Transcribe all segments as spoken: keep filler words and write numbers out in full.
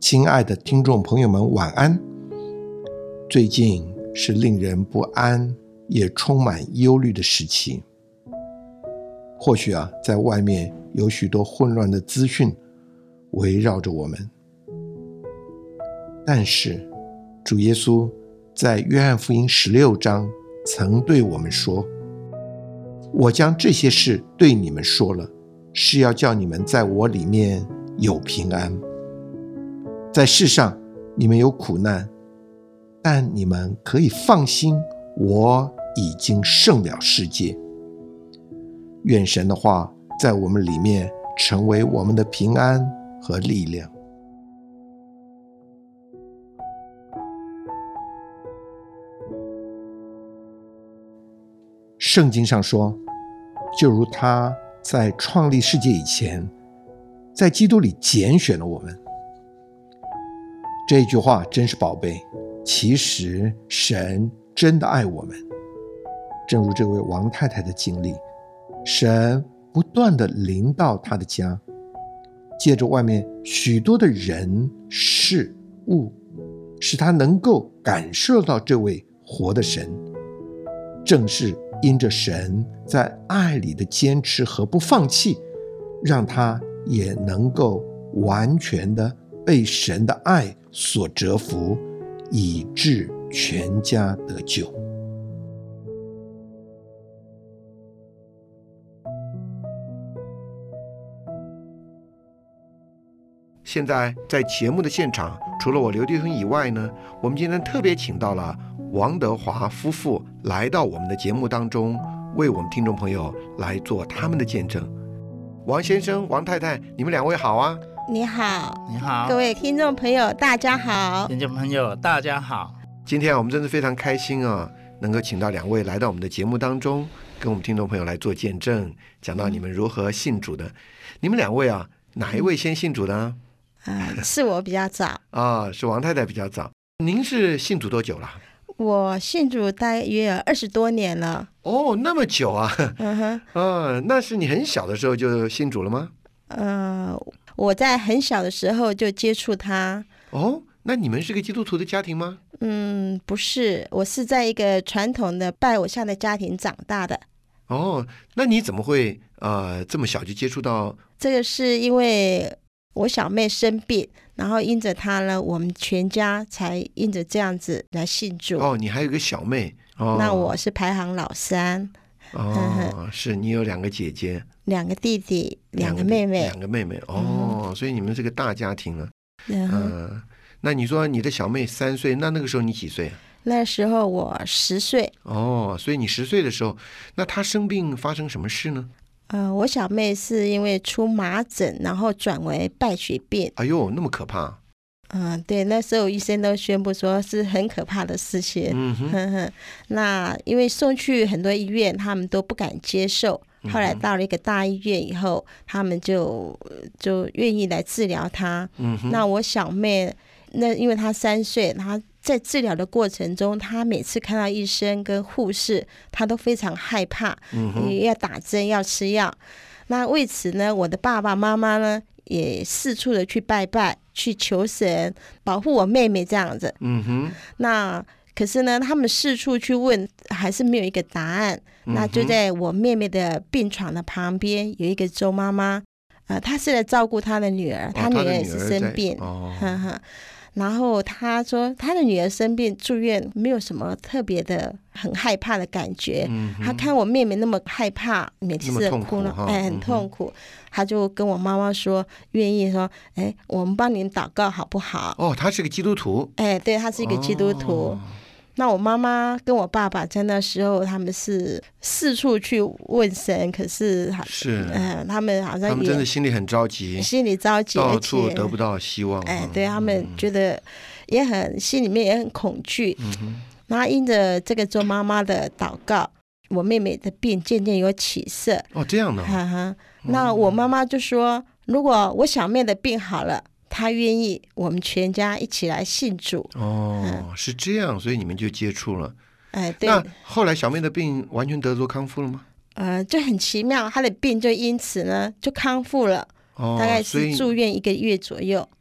亲爱的听众朋友们，晚安。最近是令人不安也充满忧虑的时期。或许啊，在外面有许多混乱的资讯围绕着我们，但是主耶稣在约翰福音十六章曾对我们说，我将这些事对你们说了，是要叫你们在我里面有平安。在世上你们有苦难，但你们可以放心，我已经胜了世界。愿神的话在我们里面成为我们的平安和力量。圣经上说，就如他在创立世界以前，在基督里拣选了我们。这一句话真是宝贝，其实神真的爱我们。正如这位王太太的经历，神不断地临到她的家，借着外面许多的人事物，使她能够感受到这位活的神。正是因着神在爱里的坚持和不放弃，让她也能够完全的被神的爱所折服，以致全家得救。现在在节目的现场，除了我刘弟兄以外呢，我们今天特别请到了王德华夫妇来到我们的节目当中，为我们听众朋友来做他们的见证。王先生、王太太，你们两位好啊！ 你好， 你好， 各位听众朋友，大家好。 听众朋友，大家好。 今天我们真的非常开心啊，能够请到两位来到我们的节目当中，跟我们听众朋友来做见证，讲到你们如何信主的。嗯、你们两位啊，哪一位先信主的呢？ 呃、是我比较早啊，是王太太比较早。您是信主多久了？ 我信主大约有二十多年了。 哦，那么久啊！ 嗯哼， 啊，那是你很小的时候就信主了吗？ 呃，我在很小的时候就接触他。 哦，那你们是个基督徒的家庭吗？ 嗯，不是，我是在一个传统的拜偶像的家庭长大的。 哦，那你怎么会呃这么小就接触到？ 这个是因为我小妹生病，然后因着她呢，我们全家才因着这样子来信主。 哦，你还有个小妹。哦， 那我是排行老三。 哦，是你有两个姐姐， 两个弟弟，两个妹妹， 两个妹妹。哦、嗯，所以你们是个大家庭了。 嗯、 呃，那你说你的小妹三岁，那那个时候你几岁？ 那时候我十岁。 哦，所以你十岁的时候，那她生病发生什么事呢？ 呃，我小妹是因为出麻疹，然后转为败血病。 哎呦，那么可怕！ 嗯、呃，对，那时候医生都宣布说是很可怕的事情。嗯哼呵呵，那因为送去很多医院，他们都不敢接受。后来到了一个大医院以后，他们就就愿意来治疗她。嗯哼，那我小妹，那因为她三岁，她在治疗的过程中，她每次看到医生跟护士，她都非常害怕，嗯、要打针要吃药。那为此呢，我的爸爸妈妈呢也四处的去拜拜，去求神保护我妹妹这样子。嗯哼，那可是呢，他们四处去问，还是没有一个答案。嗯、那就在我妹妹的病床的旁边有一个周妈妈，呃，她是来照顾她的女儿，她、哦、女儿也是生病。哦，呵呵，然后她说她的女儿生病住院，没有什么特别的很害怕的感觉。嗯、她看我妹妹那么害怕，每次哭了，哎，很痛苦。嗯、她就跟我妈妈说，愿意说，哎，我们帮您祷告好不好？ 哦，她是个基督徒。 哎，对，她是一个基督徒。哦，那我妈妈跟我爸爸在那时候，他们是四处去问神，可是是， 呃，他们好像也他们真的心里很着急， 心里着急， 到处得不到希望。 哎，对，他们觉得也很心里面也很恐惧。嗯哼，然后因着这个周妈妈的祷告，我妹妹的病渐渐有起色。 哦，这样的。 哈哈，那我妈妈就说，如果我小妹的病好了，他愿意我们全家一起来信主。 哦、嗯，是这样，所以你们就接触了。 哎，对。 那后来小妹的病完全得着康复了吗？ 呃，就很奇妙，她的病就因此呢就康复了。哦，大概是住院一个月左右。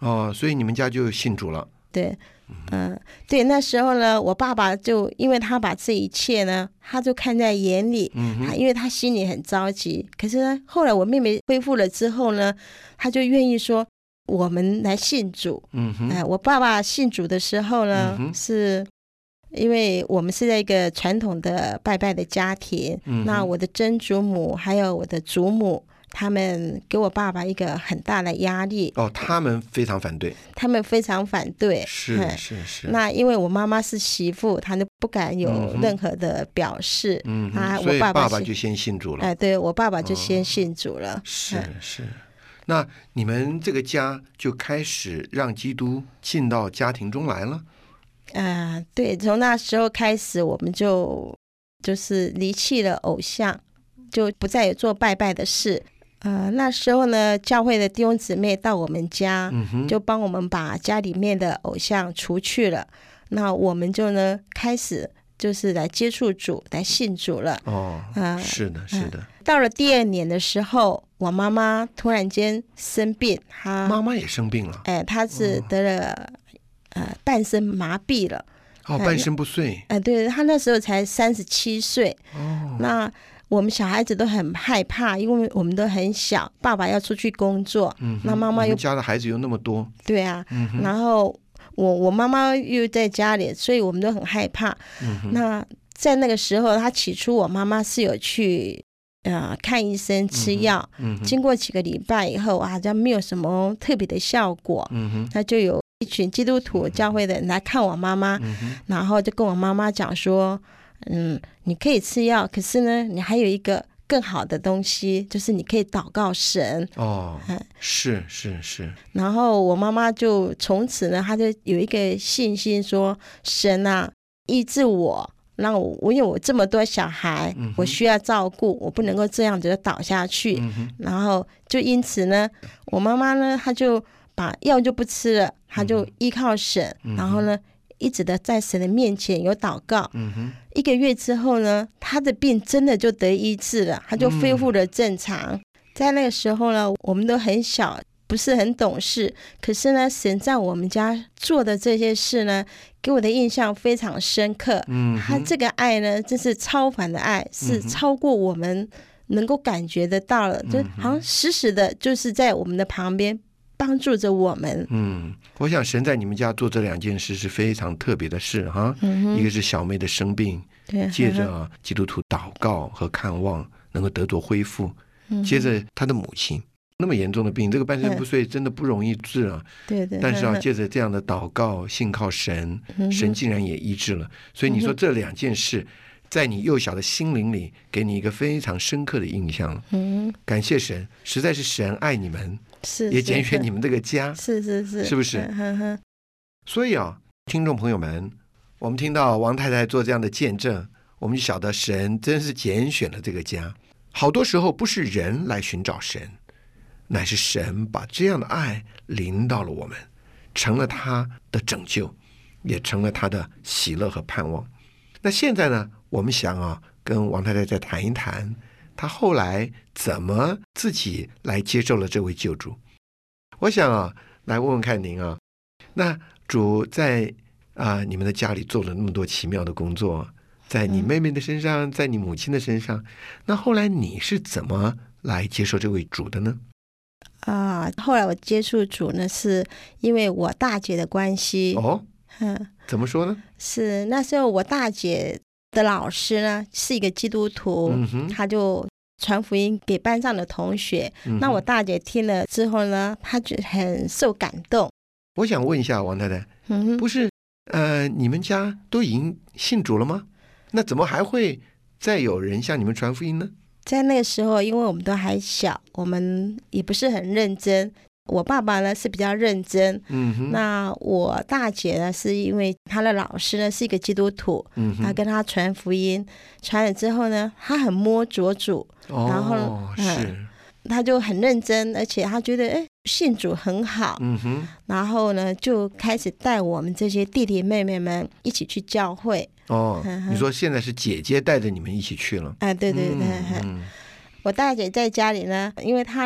哦，所以你们家就信主了。 对，嗯、呃，对，那时候呢，我爸爸就因为他把这一切呢，他就看在眼里， 嗯他因为他心里很着急。可是呢，后来我妹妹恢复了之后呢，他就愿意说我们来信主。 嗯哼， 哎、呃，我爸爸信主的时候呢， 嗯、 是因为我们是在一个传统的拜拜的家庭， 嗯、 那我的曾祖母还有我的祖母，他们给我爸爸一个很大的压力。 哦，他们非常反对。 他们非常反对。 是是是。 那因为我妈妈是媳妇，她就不敢有任何的表示。 嗯， 啊， 所以我爸爸爸就先信主了。 哎、呃，对，我爸爸就先信主了。 哦、是是。那你们这个家就开始让基督进到家庭中来了？ 呃，对，从那时候开始，我们就就是离弃了偶像，就不再有做拜拜的事。呃，那时候呢，教会的弟兄姊妹到我们家， 嗯、 就帮我们把家里面的偶像除去了。那我们就呢开始就是来接触主，来信主了。 哦，呃、是的，是的、呃。 到了第二年的时候，我妈妈突然间生病，她妈妈也生病了。 哎、呃，她是得了、哦、呃半身麻痹了。 哦，半身不遂。 哎、呃，对，她那时候才三十七岁。 哦， 那。我们小孩子都很害怕，因为我们都很小，爸爸要出去工作， 嗯， 那妈妈又家的孩子又那么多， 对啊， 嗯、 然后我我妈妈又在家里，所以我们都很害怕。 嗯、 那在那个时候，他起初我妈妈是有去呃看医生吃药， 嗯、 经过几个礼拜以后，好像没有什么特别的效果， 嗯、 那就有一群基督徒教会的人来看我妈妈， 嗯、 然后就跟我妈妈讲说。嗯，你可以吃药，可是呢，你还有一个更好的东西，就是你可以祷告神。 哦，嗯、是是是。 然后我妈妈就从此呢，她就有一个信心说，神啊，医治我，让我我有这么多小孩， 嗯、 我需要照顾，我不能够这样子倒下去。 嗯、 然后就因此呢，我妈妈呢，她就把药就不吃了，她就依靠神， 嗯、 然后呢。一直的在神的面前有祷告， 嗯哼， 一个月之后呢，他的病真的就得医治了，他就恢复了正常。嗯、在那个时候呢，我们都很小，不是很懂事，可是呢，神在我们家做的这些事呢，给我的印象非常深刻。 嗯， 他这个爱呢，真是超凡的爱，是超过我们能够感觉得到了， 嗯、 就好像时时的，就是在我们的旁边。帮助着我们。 嗯，我想神在你们家做这两件事是非常特别的事哈。 嗯、 一个是小妹的生病， 对， 接着、啊、基督徒祷告和看望能够得着恢复， 嗯、 接着他的母亲那么严重的病，这个半身不遂真的不容易治啊。 对对。 但是啊，借着这样的祷告，信靠神， 嗯、 神竟然也医治了。所以你说这两件事。在你幼小的心灵里给你一个非常深刻的印象。 嗯， 感谢神，实在是神爱你们， 是也拣选你们这个家， 是是是， 是不是？ 呵呵。 所以啊，听众朋友们，我们听到王太太做这样的见证，我们就晓得神真是拣选了这个家。好多时候不是人来寻找神，乃是神把这样的爱临到了我们，成了他的拯救，也成了他的喜乐和盼望。那现在呢，我们想啊，跟王太太再谈一谈，她后来怎么自己来接受了这位救主。我想啊，来问问看您啊，那主在啊、呃、你们的家里做了那么多奇妙的工作，在你妹妹的身上，在你母亲的身上，那后来你是怎么来接受这位主的呢？ 啊，后来我接触主呢，是因为我大姐的关系。 哦， 嗯， 怎么说呢？ 是那时候我大姐的老师呢是一个基督徒， 嗯、 他就传福音给班上的同学。 嗯、 那我大姐听了之后呢，她就很受感动。 我想问一下王太太， 嗯、 不是呃，你们家都已经信主了吗？那怎么还会再有人向你们传福音呢？ 在那个时候，因为我们都还小，我们也不是很认真。我爸爸呢是比较认真， 嗯哼， 那我大姐呢是因为她的老师呢是一个基督徒， 嗯哼， 他跟他传福音，传了之后呢，他很摸着主， 哦、 然后是、 嗯，他就很认真，而且他觉得哎信主很好， 嗯哼， 然后呢就开始带我们这些弟弟妹妹们一起去教会。 哦， 嗯、 你说现在是姐姐带着你们一起去了？ 哎，对对对， 嗯嗯、 我大姐在家里呢，因为她呢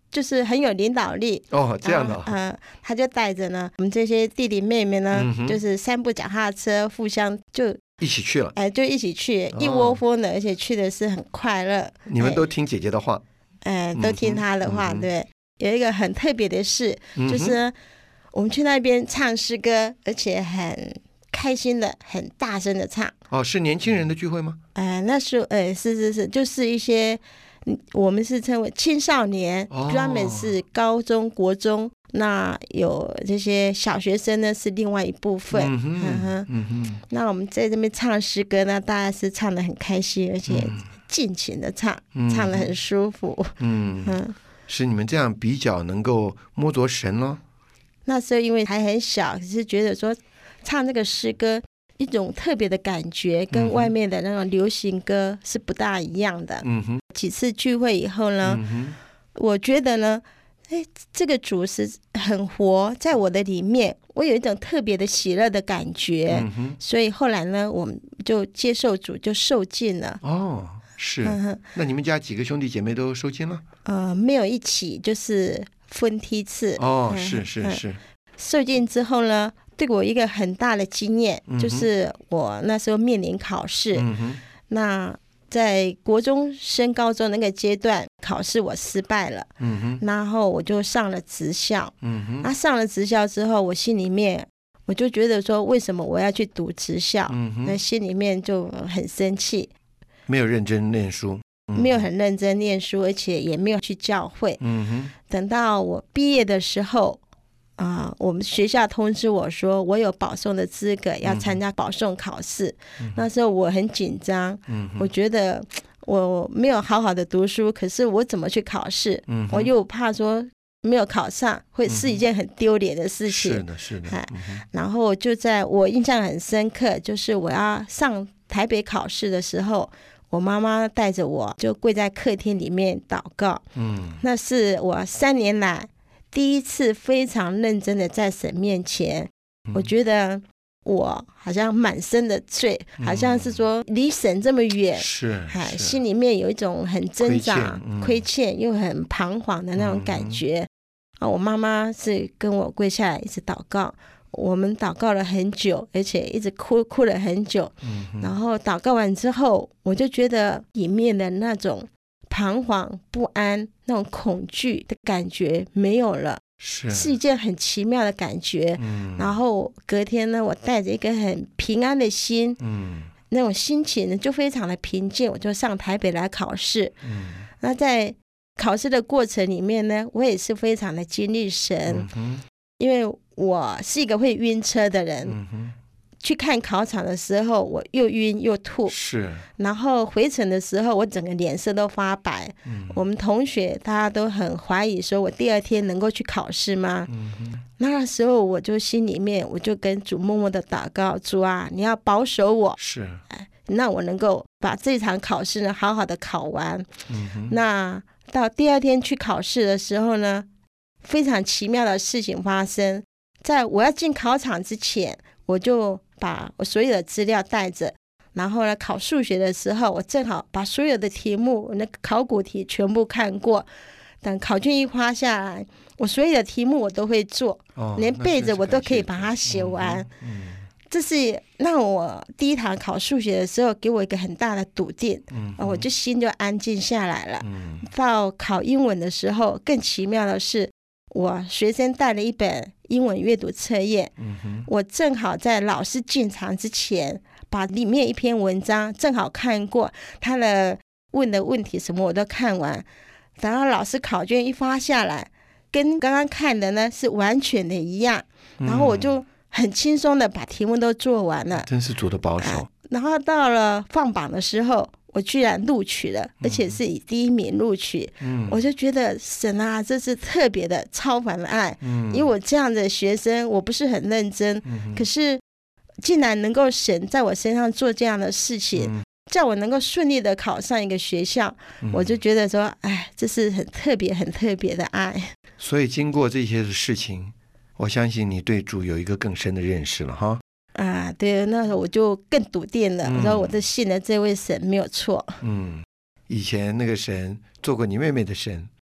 就是很有领导力哦，这样的、哦， 呃，他就带着呢，我们这些弟弟妹妹呢，嗯、就是三部脚踏车，互相就一起去了， 哎、呃，就一起去，一窝蜂的，而且去的是很快乐。 你们都听姐姐的话， 哎、呃，都听她的话，嗯、对。有一个很特别的事， 嗯、 就是我们去那边唱诗歌，而且很开心的，很大声的唱。 哦，是年轻人的聚会吗？ 哎、呃，那时候，哎、呃，是是是，就是一些。我们是称为青少年， 哦、 专门是高中国中，那有这些小学生呢是另外一部分。 嗯哼， 嗯哼， 嗯哼， 那我们在这边唱诗歌呢，大家是唱得很开心，而且尽情的唱，嗯、唱得很舒服。 嗯嗯，是你们这样比较能够摸着神咯。 那时候因为还很小，只是觉得说唱这个诗歌一种特别的感觉，跟外面的那种流行歌是不大一样的。 嗯哼。 几次聚会以后呢，嗯、我觉得呢，哎，这个主是很活在我的里面，我有一种特别的喜乐的感觉， 嗯、 所以后来呢，我们就接受主，就受浸了。 哦，是。嗯、那你们家几个兄弟姐妹都受浸了？ 呃，没有一起，就是分梯次。 哦，嗯、是是是。 受浸之后呢，对我一个很大的经验，嗯、就是我那时候面临考试， 嗯、 那。在国中升高中那个阶段考试我失败了， 嗯哼， 然后我就上了职校， 嗯哼， 那上了职校之后，我心里面我就觉得说，为什么我要去读职校？ 嗯哼， 那心里面就很生气， 没有认真念书， 嗯、没有很认真念书，而且也没有去教会。 嗯哼， 等到我毕业的时候。啊、呃，我们学校通知我说我有保送的资格，要参加保送考试。嗯、那时候我很紧张，嗯、我觉得我没有好好的读书，可是我怎么去考试？嗯、我又怕说没有考上会是一件很丢脸的事情。 是的，是的。 嗯、然后就在我印象很深刻，就是我要上台北考试的时候，我妈妈带着我就跪在客厅里面祷告。嗯，那是我三年来第一次非常认真的在神面前，嗯、我觉得我好像满身的罪，嗯、好像是说离神这么远， 是，是心里面有一种很挣扎、 亏欠，嗯、 亏欠又很彷徨的那种感觉。嗯、啊，我妈妈是跟我跪下来一直祷告，我们祷告了很久，而且一直哭哭了很久。嗯、然后祷告完之后，我就觉得里面的那种彷徨不安，那种恐惧的感觉没有了， 是是一件很奇妙的感觉。嗯、然后隔天呢，我带着一个很平安的心，嗯、那种心情呢就非常的平静，我就上台北来考试。嗯、那在考试的过程里面呢，我也是非常的经历神，嗯、因为我是一个会晕车的人。嗯去看考场的时候，我又晕又吐， 是。 然后回程的时候，我整个脸色都发白。嗯、我们同学大家都很怀疑，说我第二天能够去考试吗？嗯、那时候我就心里面，我就跟主默默的祷告，主啊，你要保守我， 是， 那我能够把这场考试呢好好的考完。嗯、那到第二天去考试的时候呢，非常奇妙的事情发生，在我要进考场之前，我就把我所有的资料带着，然后呢，考数学的时候，我正好把所有的题目，那个考古题全部看过。等考卷一发下来，我所有的题目我都会做，哦、连背着我都可以把它写完。嗯嗯、这是让我第一堂考数学的时候，给我一个很大的笃定，嗯、我就心就安静下来了。嗯、到考英文的时候，更奇妙的是，我随身带了一本英文阅读测验，嗯、我正好在老师进场之前，把里面一篇文章正好看过，他的问的问题什么我都看完。等到老师考卷一发下来，跟刚刚看的呢是完全的一样，嗯、然后我就很轻松的把题目都做完了。 真是主的保守。 啊、然后到了放榜的时候，我居然录取了，而且是以第一名录取。嗯、我就觉得神啊，这是特别的超凡的爱。嗯、因为我这样的学生，我不是很认真，嗯、可是竟然能够神在我身上做这样的事情。嗯叫我能够顺利的考上一个学校，嗯、我就觉得说，哎，这是很特别、很特别的爱。 所以经过这些事情，我相信你对主有一个更深的认识了哈。 啊，对，那时候我就更笃定了，嗯、然后我就信了这位神没有错。 嗯，以前那个神做过你妹妹的神，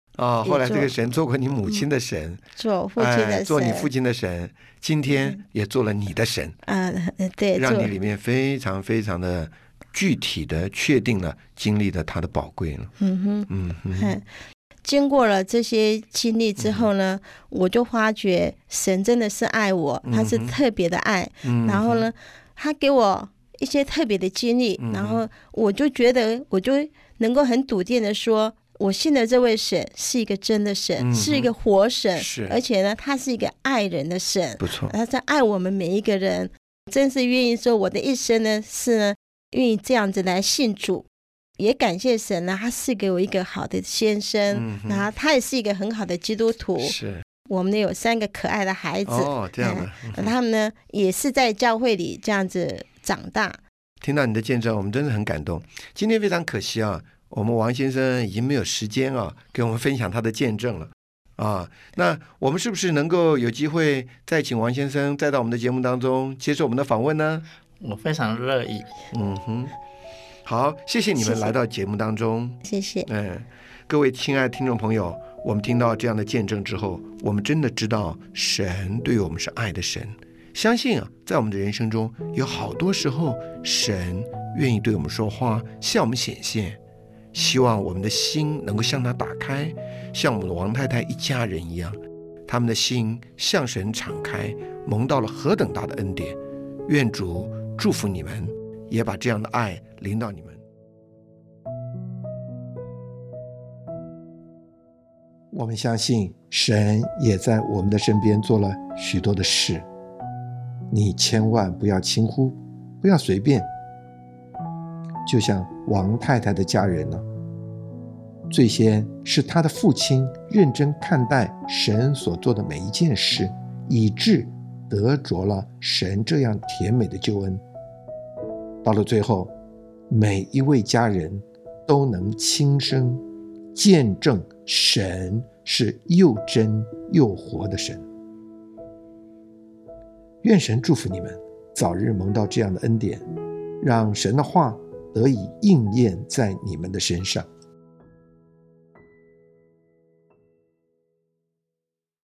哦，后来这个神做过你母亲的神， 嗯、做父亲的神、哎， 做你父亲的神，今天也做了你的神啊、嗯，对， 让你里面非常非常的具体的确定了经历了他的宝贵了。 嗯哼，嗯哼。经过了这些经历之后呢、嗯、我就发觉神真的是爱我，他是特别的爱、嗯、然后呢他给我一些特别的经历、嗯、然后我就觉得我就能够很笃定的说我信的这位神是一个真的神、嗯、是一个活神，而且呢他是一个爱人的神， 不错， 他在爱我们每一个人，真是愿意说我的一生呢是呢愿意这样子来信主，也感谢神呢，他是给我一个好的先生、嗯、然后他也是一个很好的基督徒， 是我们呢有三个可爱的孩子， 哦，这样的、 嗯、他们呢也是在教会里这样子长大。 听到你的见证我们真的很感动。今天非常可惜啊，我们王先生已经没有时间啊给我们分享他的见证了啊，那我们是不是能够有机会再请王先生再到我们的节目当中接受我们的访问呢？ 我非常乐意。 嗯哼，好，谢谢你们来到节目当中， 谢谢。 嗯，各位亲爱的听众朋友，我们听到这样的见证之后，我们真的知道神对我们是爱的神。相信啊，在我们的人生中有好多时候，神愿意对我们说话，向我们显现，希望我们的心能够向他打开，像我们的王太太一家人一样，他们的心向神敞开，蒙到了何等大的恩典。愿主祝福你们，也把这样的爱临到你们。 我们相信神也在我们的身边做了许多的事，你千万不要轻忽，不要随便。就像王太太的家人呢、啊，最先是他的父亲认真看待神所做的每一件事，以致得着了神这样甜美的救恩。到了最后，每一位家人都能亲身见证神是又真又活的神。愿神祝福你们早日蒙到这样的恩典，让神的话得以应验在你们的身上。